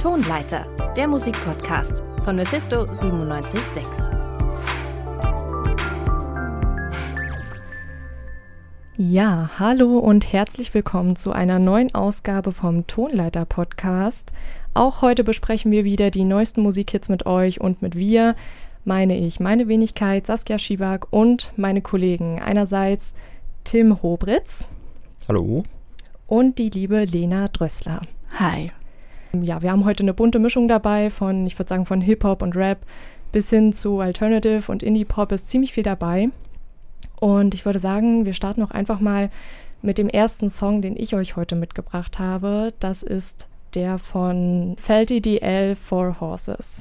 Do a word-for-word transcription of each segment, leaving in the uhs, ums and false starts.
Tonleiter, der Musikpodcast von Mephisto siebenundneunzig Komma sechs. Ja, hallo und herzlich willkommen zu einer neuen Ausgabe vom Tonleiter-Podcast. Auch heute besprechen wir wieder die neuesten Musikhits mit euch und mit wir meine ich meine Wenigkeit Saskia Schiebak und meine Kollegen. Einerseits Tim Hobritz. Hallo. Und die liebe Lena Drössler. Hi. Ja, wir haben heute eine bunte Mischung dabei von, ich würde sagen, von Hip-Hop und Rap bis hin zu Alternative und Indie-Pop ist ziemlich viel dabei. Und ich würde sagen, wir starten auch einfach mal mit dem ersten Song, den ich euch heute mitgebracht habe. Das ist der von Felty D L, Four Horses.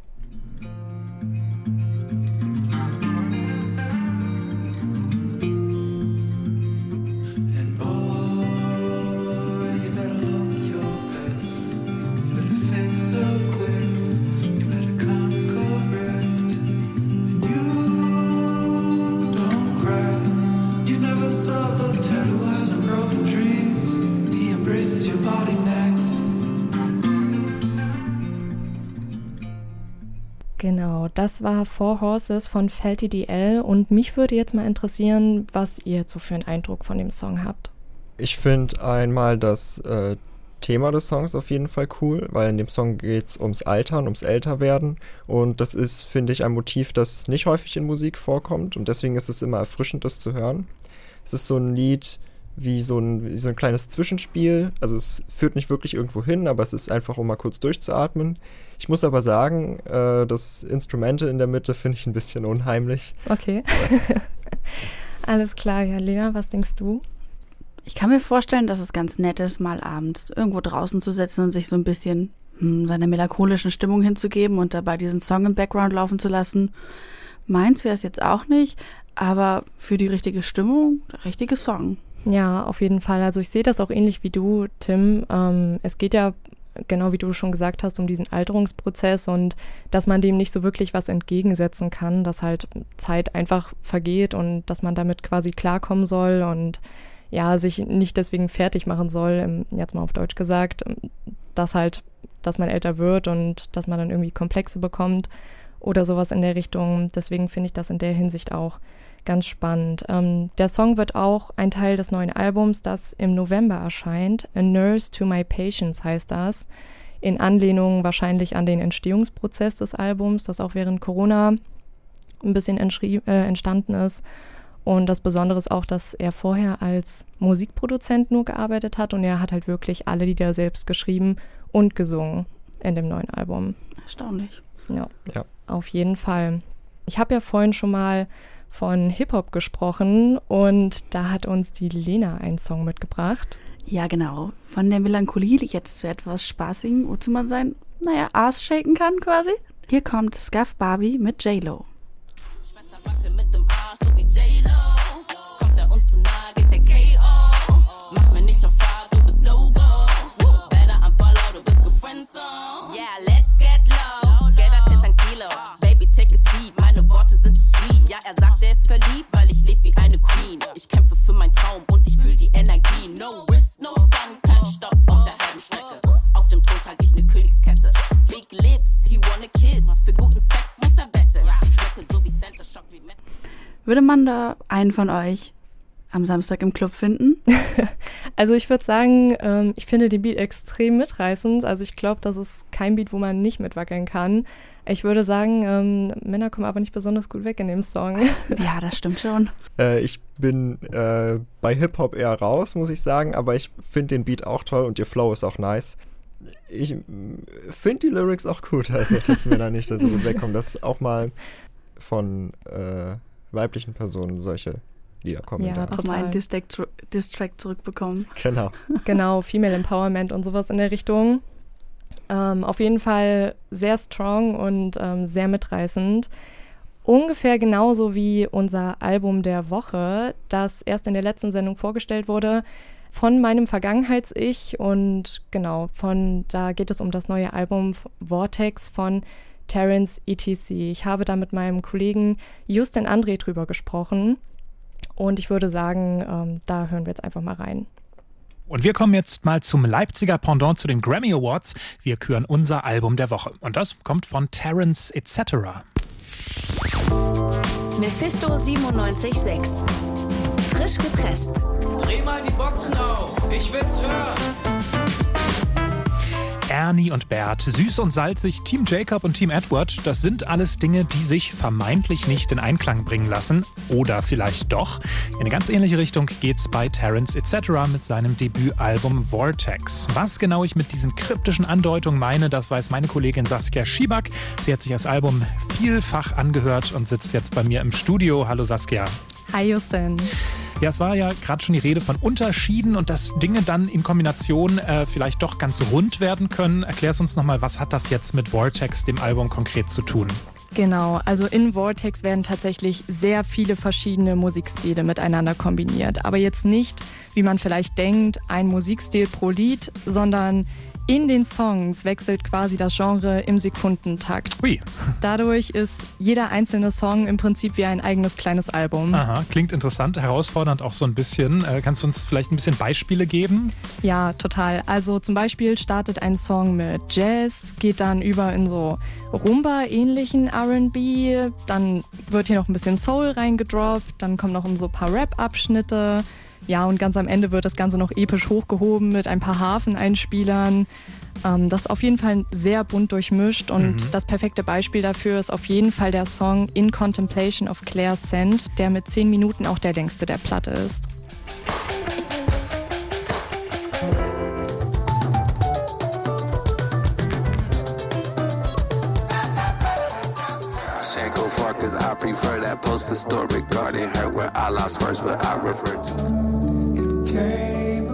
Genau, das war Four Horses von Felty D L und mich würde jetzt mal interessieren, was ihr jetzt so für einen Eindruck von dem Song habt. Ich finde einmal das äh, Thema des Songs auf jeden Fall cool, weil in dem Song geht es ums Altern, ums Älterwerden und das ist, finde ich, ein Motiv, das nicht häufig in Musik vorkommt und deswegen ist es immer erfrischend, das zu hören. Es ist so ein Lied wie so ein, wie so ein kleines Zwischenspiel, also es führt nicht wirklich irgendwo hin, aber es ist einfach, um mal kurz durchzuatmen. Ich muss aber sagen, äh, das Instrumente in der Mitte finde ich ein bisschen unheimlich. Okay. Alles klar, ja, Lena, was denkst du? Ich kann mir vorstellen, dass es ganz nett ist, mal abends irgendwo draußen zu sitzen und sich so ein bisschen hm, seiner melancholischen Stimmung hinzugeben und dabei diesen Song im Background laufen zu lassen. Meins wäre es jetzt auch nicht, aber für die richtige Stimmung, der richtige Song. Ja, auf jeden Fall. Also ich sehe das auch ähnlich wie du, Tim. Ähm, es geht ja, genau wie du schon gesagt hast, um diesen Alterungsprozess und dass man dem nicht so wirklich was entgegensetzen kann, dass halt Zeit einfach vergeht und dass man damit quasi klarkommen soll und ja, sich nicht deswegen fertig machen soll, jetzt mal auf Deutsch gesagt, dass halt, dass man älter wird und dass man dann irgendwie Komplexe bekommt oder sowas in der Richtung. Deswegen finde ich das in der Hinsicht auch ganz spannend. Ähm, der Song wird auch ein Teil des neuen Albums, das im November erscheint. A Nurse to My Patients heißt das. In Anlehnung wahrscheinlich an den Entstehungsprozess des Albums, das auch während Corona ein bisschen entschrie- äh, entstanden ist. Und das Besondere ist auch, dass er vorher als Musikproduzent nur gearbeitet hat und er hat halt wirklich alle Lieder selbst geschrieben und gesungen in dem neuen Album. Erstaunlich. Ja, ja. Auf jeden Fall. Ich habe ja vorhin schon mal von Hip-Hop gesprochen und da hat uns die Lena einen Song mitgebracht. Ja, genau. Von der Melancholie jetzt zu etwas Spaßigem, wozu man sein, naja, Ass shaken kann quasi. Hier kommt Scuff Barbie mit J-Lo. Schwester wackel mit dem Arsch, so wie J-Lo. Kommt er uns zu nahe, geht der K O. Mach mir nicht auf Fahrt, du bist No-Go. Better am Follow, du bist gefriendzone. Yeah, let's get low. Get up, tranquilo. Baby, take a seat, meine Worte sind zu sweet. Ja, er sagt, er ist verliebt, weil ich lebe wie eine Queen. Ich kämpfe für meinen Traum und ich fühle die Energie. No risk, no fun, kein Stopp auf der halben Strecke. Auf dem Thron trage ich eine Königskette. Big lips, he wanna kiss. Für guten Sex muss er betteln. Schmecke so wie Center Shock wie Met. Würde man da einen von euch am Samstag im Club finden? Also ich würde sagen, ähm, ich finde den Beat extrem mitreißend. Also ich glaube, das ist kein Beat, wo man nicht mitwackeln kann. Ich würde sagen, ähm, Männer kommen aber nicht besonders gut weg in dem Song. Ja, das stimmt schon. Äh, ich bin äh, bei Hip-Hop eher raus, muss ich sagen, aber ich finde den Beat auch toll und ihr Flow ist auch nice. Ich finde die Lyrics auch gut, also dass Männer nicht da so gut wegkommen, dass auch mal von äh, weiblichen Personen solche Lieder kommen. Ja, Auch mal einen Diss-Track Diss-Track zurückbekommen. Genau. Genau, Female Empowerment und sowas in der Richtung. Ähm, auf jeden Fall sehr strong und ähm, sehr mitreißend. Ungefähr genauso wie unser Album der Woche, das erst in der letzten Sendung vorgestellt wurde, von meinem Vergangenheits-Ich. Und genau, von da geht es um das neue Album Vortex von Terence E T C. Ich habe da mit meinem Kollegen Justin André drüber gesprochen und ich würde sagen, ähm, da hören wir jetzt einfach mal rein. Und wir kommen jetzt mal zum Leipziger Pendant zu den Grammy Awards. Wir küren unser Album der Woche. Und das kommt von Terence et cetera. Mephisto siebenundneunzig Komma sechs. Frisch gepresst. Dreh mal die Boxen auf, ich will's hören. Ernie und Bert, süß und salzig, Team Jacob und Team Edward, das sind alles Dinge, die sich vermeintlich nicht in Einklang bringen lassen. Oder vielleicht doch. In eine ganz ähnliche Richtung geht's bei Terence et cetera mit seinem Debütalbum Vortex. Was genau ich mit diesen kryptischen Andeutungen meine, das weiß meine Kollegin Saskia Schiebak. Sie hat sich das Album vielfach angehört und sitzt jetzt bei mir im Studio. Hallo Saskia. Hi Justin. Ja, es war ja gerade schon die Rede von Unterschieden und dass Dinge dann in Kombination äh, vielleicht doch ganz rund werden können. Erklär's uns nochmal, was hat das jetzt mit Vortex, dem Album, konkret zu tun? Genau, also in Vortex werden tatsächlich sehr viele verschiedene Musikstile miteinander kombiniert. Aber jetzt nicht, wie man vielleicht denkt, ein Musikstil pro Lied, sondern in den Songs wechselt quasi das Genre im Sekundentakt. Ui. Dadurch ist jeder einzelne Song im Prinzip wie ein eigenes kleines Album. Aha, klingt interessant, herausfordernd auch so ein bisschen. Äh, kannst du uns vielleicht ein bisschen Beispiele geben? Ja, total. Also zum Beispiel startet ein Song mit Jazz, geht dann über in so Rumba-ähnlichen R and B, dann wird hier noch ein bisschen Soul reingedroppt, dann kommen noch so ein paar Rap-Abschnitte. Ja, und ganz am Ende wird das Ganze noch episch hochgehoben mit ein paar Hafeneinspielern. Ähm, das ist auf jeden Fall sehr bunt durchmischt und mhm. das perfekte Beispiel dafür ist auf jeden Fall der Song In Contemplation of Claire Sand, der mit zehn Minuten auch der längste der Platte ist. Cause I prefer that post-historic regarding her where I lost first, but I refer to it came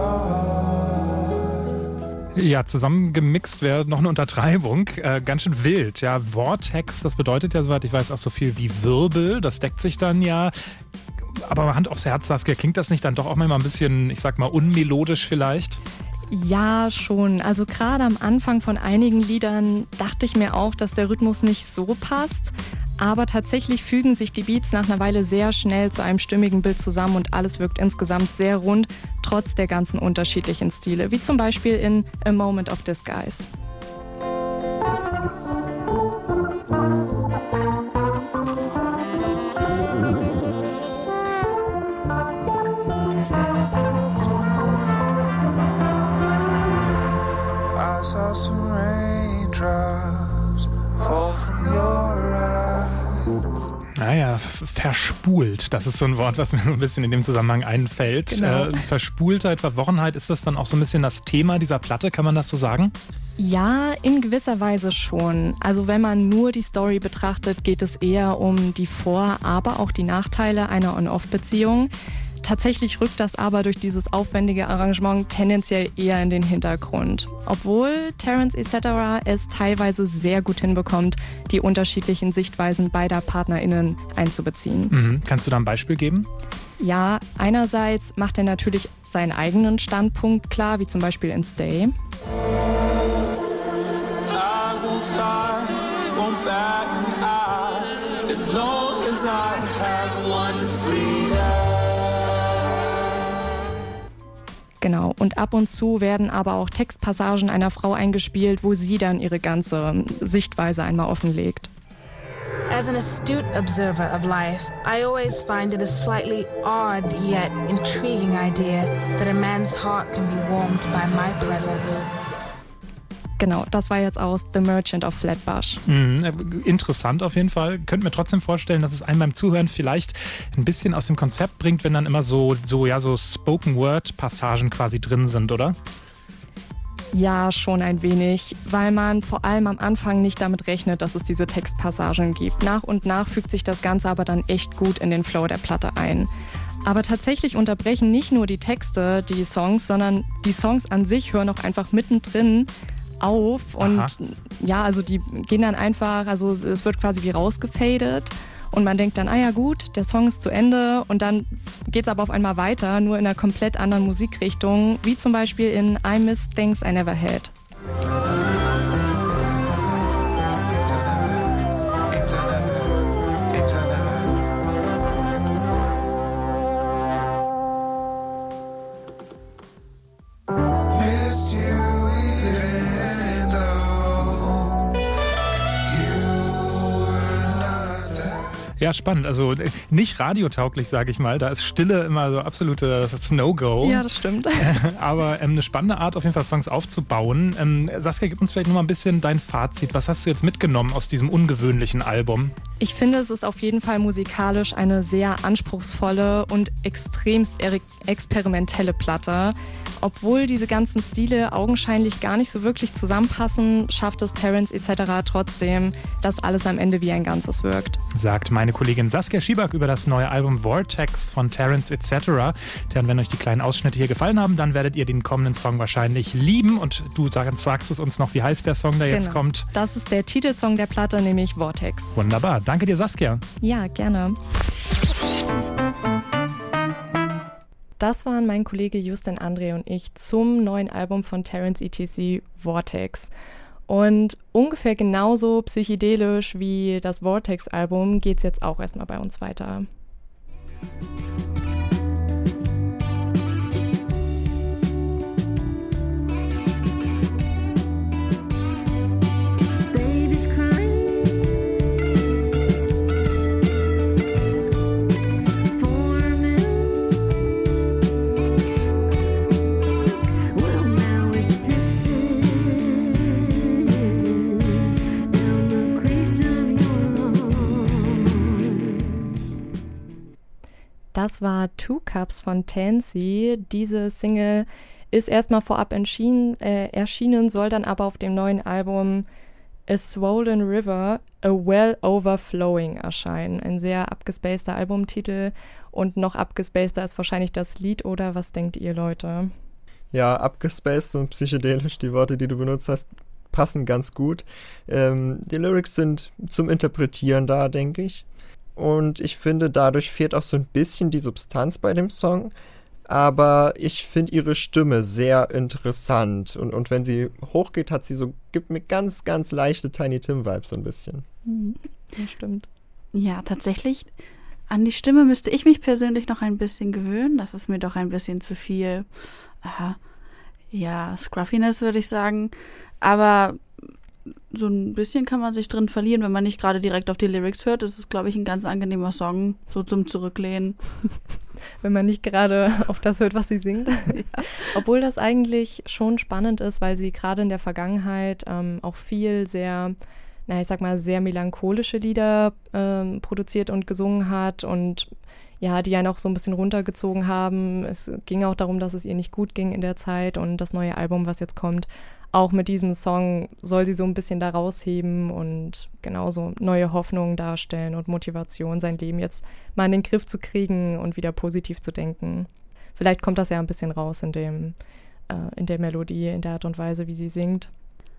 apart. Ja, zusammengemixt wäre noch eine Untertreibung. Äh, ganz schön wild. Ja, Vortex, das bedeutet ja, soweit ich weiß, auch so viel wie Wirbel. Das deckt sich dann ja. Aber Hand aufs Herz, Saskia, klingt das nicht dann doch auch mal ein bisschen, ich sag mal, unmelodisch vielleicht? Ja, schon. Also gerade am Anfang von einigen Liedern dachte ich mir auch, dass der Rhythmus nicht so passt. Aber tatsächlich fügen sich die Beats nach einer Weile sehr schnell zu einem stimmigen Bild zusammen und alles wirkt insgesamt sehr rund, trotz der ganzen unterschiedlichen Stile, wie zum Beispiel in A Moment of Disguise. I saw some raindrops fall from your eyes. Naja, verspult, das ist so ein Wort, was mir so ein bisschen in dem Zusammenhang einfällt. Genau. Äh, Verspultheit, Verworrenheit, ist das dann auch so ein bisschen das Thema dieser Platte, kann man das so sagen? Ja, in gewisser Weise schon. Also wenn man nur die Story betrachtet, geht es eher um die Vor-, aber auch die Nachteile einer On-Off-Beziehung. Tatsächlich rückt das aber durch dieses aufwendige Arrangement tendenziell eher in den Hintergrund. Obwohl Terence et cetera es teilweise sehr gut hinbekommt, die unterschiedlichen Sichtweisen beider PartnerInnen einzubeziehen. Mhm. Kannst du da ein Beispiel geben? Ja, einerseits macht er natürlich seinen eigenen Standpunkt klar, wie zum Beispiel in Stay. I will fight, won't back an eye, as long as I have one freedom. Genau, und ab und zu werden aber auch Textpassagen einer Frau eingespielt, wo sie dann ihre ganze Sichtweise einmal offenlegt. As an astute observer of life, I always find it a slightly odd yet intriguing idea that a man's heart can be warmed by my presence. Genau, das war jetzt aus The Merchant of Flatbush. Mhm, interessant auf jeden Fall. Könnte mir trotzdem vorstellen, dass es einen beim Zuhören vielleicht ein bisschen aus dem Konzept bringt, wenn dann immer so, so, ja, so Spoken-Word-Passagen quasi drin sind, oder? Ja, schon ein wenig, weil man vor allem am Anfang nicht damit rechnet, dass es diese Textpassagen gibt. Nach und nach fügt sich das Ganze aber dann echt gut in den Flow der Platte ein. Aber tatsächlich unterbrechen nicht nur die Texte die Songs, sondern die Songs an sich hören auch einfach mittendrin auf und Aha. ja, also die gehen dann einfach, also es wird quasi wie rausgefadet und man denkt dann, ah ja gut, der Song ist zu Ende und dann geht es aber auf einmal weiter, nur in einer komplett anderen Musikrichtung, wie zum Beispiel in I Miss Things I Never Had. Ja, spannend. Also nicht radiotauglich, sage ich mal. Da ist Stille immer so absolutes No-Go. Ja, das stimmt. Aber ähm, eine spannende Art, auf jeden Fall Songs aufzubauen. Ähm, Saskia, gib uns vielleicht noch mal ein bisschen dein Fazit. Was hast du jetzt mitgenommen aus diesem ungewöhnlichen Album? Ich finde, es ist auf jeden Fall musikalisch eine sehr anspruchsvolle und extremst er- experimentelle Platte. Obwohl diese ganzen Stile augenscheinlich gar nicht so wirklich zusammenpassen, schafft es Terence et cetera trotzdem, dass alles am Ende wie ein Ganzes wirkt. Sagt meine Kollegin Saskia Schiebak über das neue Album Vortex von Terence et cetera. Und wenn euch die kleinen Ausschnitte hier gefallen haben, dann werdet ihr den kommenden Song wahrscheinlich lieben. Und du sag, sagst es uns noch, wie heißt der Song, der genau. jetzt kommt? Das ist der Titelsong der Platte, nämlich Vortex. Wunderbar. Danke dir, Saskia. Ja, gerne. Das waren mein Kollege Justin André und ich zum neuen Album von Terence et cetera, Vortex. Und ungefähr genauso psychedelisch wie das Vortex-Album geht es jetzt auch erstmal bei uns weiter. Das war Two Cups von Tansy. Diese Single ist erstmal vorab entschieden, äh, erschienen, soll dann aber auf dem neuen Album A Swollen River, A Well Overflowing erscheinen. Ein sehr abgespaceder Albumtitel und noch abgespaceder ist wahrscheinlich das Lied, oder was denkt ihr, Leute? Ja, abgespaced und psychedelisch, die Worte, die du benutzt hast, passen ganz gut. Ähm, die Lyrics sind zum Interpretieren da, denke ich. Und ich finde, dadurch fehlt auch so ein bisschen die Substanz bei dem Song. Aber ich finde ihre Stimme sehr interessant. Und, und wenn sie hochgeht, hat sie so, gibt mir ganz, ganz leichte Tiny Tim-Vibes so ein bisschen. Mhm. Das stimmt. Ja, tatsächlich. An die Stimme müsste ich mich persönlich noch ein bisschen gewöhnen. Das ist mir doch ein bisschen zu viel, aha, ja, Scruffiness, würde ich sagen. Aber so ein bisschen kann man sich drin verlieren, wenn man nicht gerade direkt auf die Lyrics hört. Das ist, glaube ich, ein ganz angenehmer Song, so zum Zurücklehnen. Wenn man nicht gerade auf das hört, was sie singt. Ja. Obwohl das eigentlich schon spannend ist, weil sie gerade in der Vergangenheit ähm, auch viel sehr, na ich sag mal, sehr melancholische Lieder ähm, produziert und gesungen hat und ja, die einen auch so ein bisschen runtergezogen haben. Es ging auch darum, dass es ihr nicht gut ging in der Zeit und das neue Album, was jetzt kommt, auch mit diesem Song soll sie so ein bisschen da rausheben und genauso neue Hoffnungen darstellen und Motivation, sein Leben jetzt mal in den Griff zu kriegen und wieder positiv zu denken. Vielleicht kommt das ja ein bisschen raus in dem, äh, in der Melodie, in der Art und Weise, wie sie singt.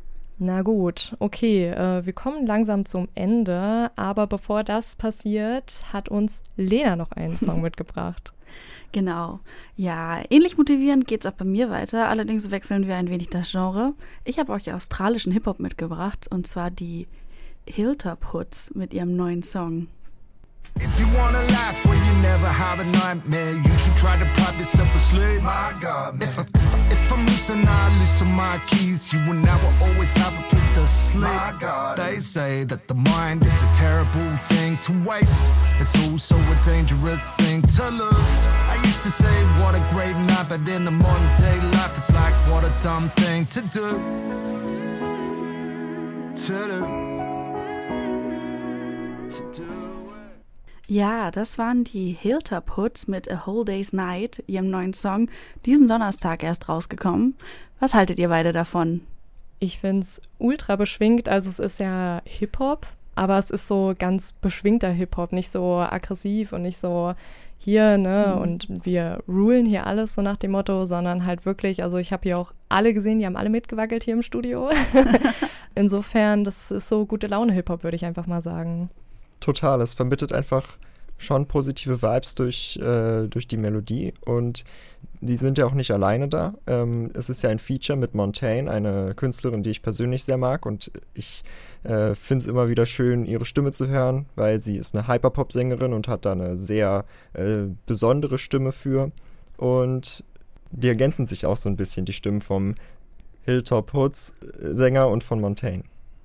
Na gut, okay, äh, wir kommen langsam zum Ende, aber bevor das passiert, hat uns Lena noch einen Song mitgebracht. Genau. Ja, ähnlich motivierend geht's auch bei mir weiter. Allerdings wechseln wir ein wenig das Genre. Ich habe euch australischen Hip-Hop mitgebracht, und zwar die Hilltop Hoods mit ihrem neuen Song. If you wanna laugh when you never have a nightmare, you should try to pipe yourself asleep. My God, man. If, I, if I'm losing, I listen my keys. You and I will always have a place to sleep. My God. They say that the mind is a terrible thing to waste. It's also a dangerous thing to lose. I used to say what a great night, but in the modern day life it's like what a dumb thing to do. To do. Ja, das waren die Hilltop Hoods mit A Whole Day's Night, ihrem neuen Song, diesen Donnerstag erst rausgekommen. Was haltet ihr beide davon? Ich finde es ultra beschwingt, also es ist ja Hip-Hop, aber es ist so ganz beschwingter Hip-Hop, nicht so aggressiv und nicht so hier, ne, mhm. und wir rulen hier alles so nach dem Motto, sondern halt wirklich, also ich habe hier auch alle gesehen, die haben alle mitgewackelt hier im Studio. Insofern, das ist so gute Laune-Hip-Hop, würde ich einfach mal sagen. Total, es vermittelt einfach schon positive Vibes durch, äh, durch die Melodie und die sind ja auch nicht alleine da. Ähm, es ist ja ein Feature mit Montaigne, eine Künstlerin, die ich persönlich sehr mag und ich äh, finde es immer wieder schön, ihre Stimme zu hören, weil sie ist eine Hyperpop-Sängerin und hat da eine sehr äh, besondere Stimme für und die ergänzen sich auch so ein bisschen, die Stimmen vom Hilltop Hoods Sänger und von Montaigne.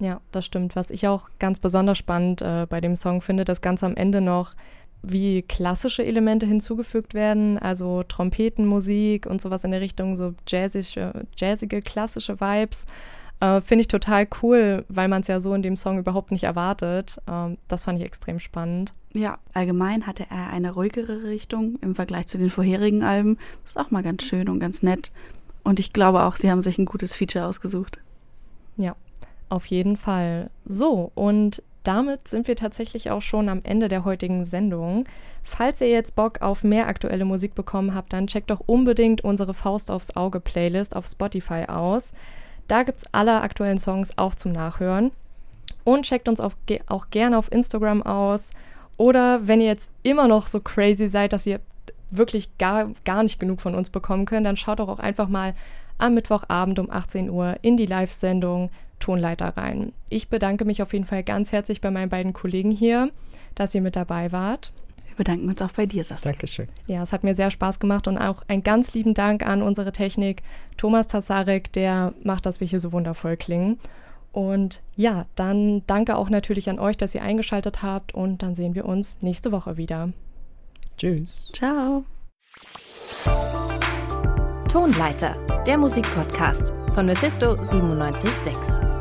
Ja, das stimmt. Was ich auch ganz besonders spannend äh, bei dem Song finde, dass ganz am Ende noch wie klassische Elemente hinzugefügt werden, also Trompetenmusik und sowas in der Richtung, so jazzige, jazzige klassische Vibes. Äh, finde ich total cool, weil man es ja so in dem Song überhaupt nicht erwartet. Ähm, das fand ich extrem spannend. Ja, allgemein hatte er eine ruhigere Richtung im Vergleich zu den vorherigen Alben. Ist auch mal ganz schön und ganz nett. Und ich glaube auch, sie haben sich ein gutes Feature ausgesucht. Ja, auf jeden Fall. So, und damit sind wir tatsächlich auch schon am Ende der heutigen Sendung. Falls ihr jetzt Bock auf mehr aktuelle Musik bekommen habt, dann checkt doch unbedingt unsere Faust aufs Auge Playlist auf Spotify aus. Da gibt es alle aktuellen Songs auch zum Nachhören. Und checkt uns auch, auch gerne auf Instagram aus. Oder wenn ihr jetzt immer noch so crazy seid, dass ihr wirklich gar, gar nicht genug von uns bekommen könnt, dann schaut doch auch einfach mal am Mittwochabend um achtzehn Uhr in die Live-Sendung Tonleiter rein. Ich bedanke mich auf jeden Fall ganz herzlich bei meinen beiden Kollegen hier, dass ihr mit dabei wart. Wir bedanken uns auch bei dir, Saskia. Dankeschön. Ja, es hat mir sehr Spaß gemacht und auch einen ganz lieben Dank an unsere Technik, Thomas Tassarek, der macht, dass wir hier so wundervoll klingen. Und ja, dann danke auch natürlich an euch, dass ihr eingeschaltet habt und dann sehen wir uns nächste Woche wieder. Tschüss. Ciao. Tonleiter, der Musikpodcast von Mephisto siebenundneunzig Komma sechs.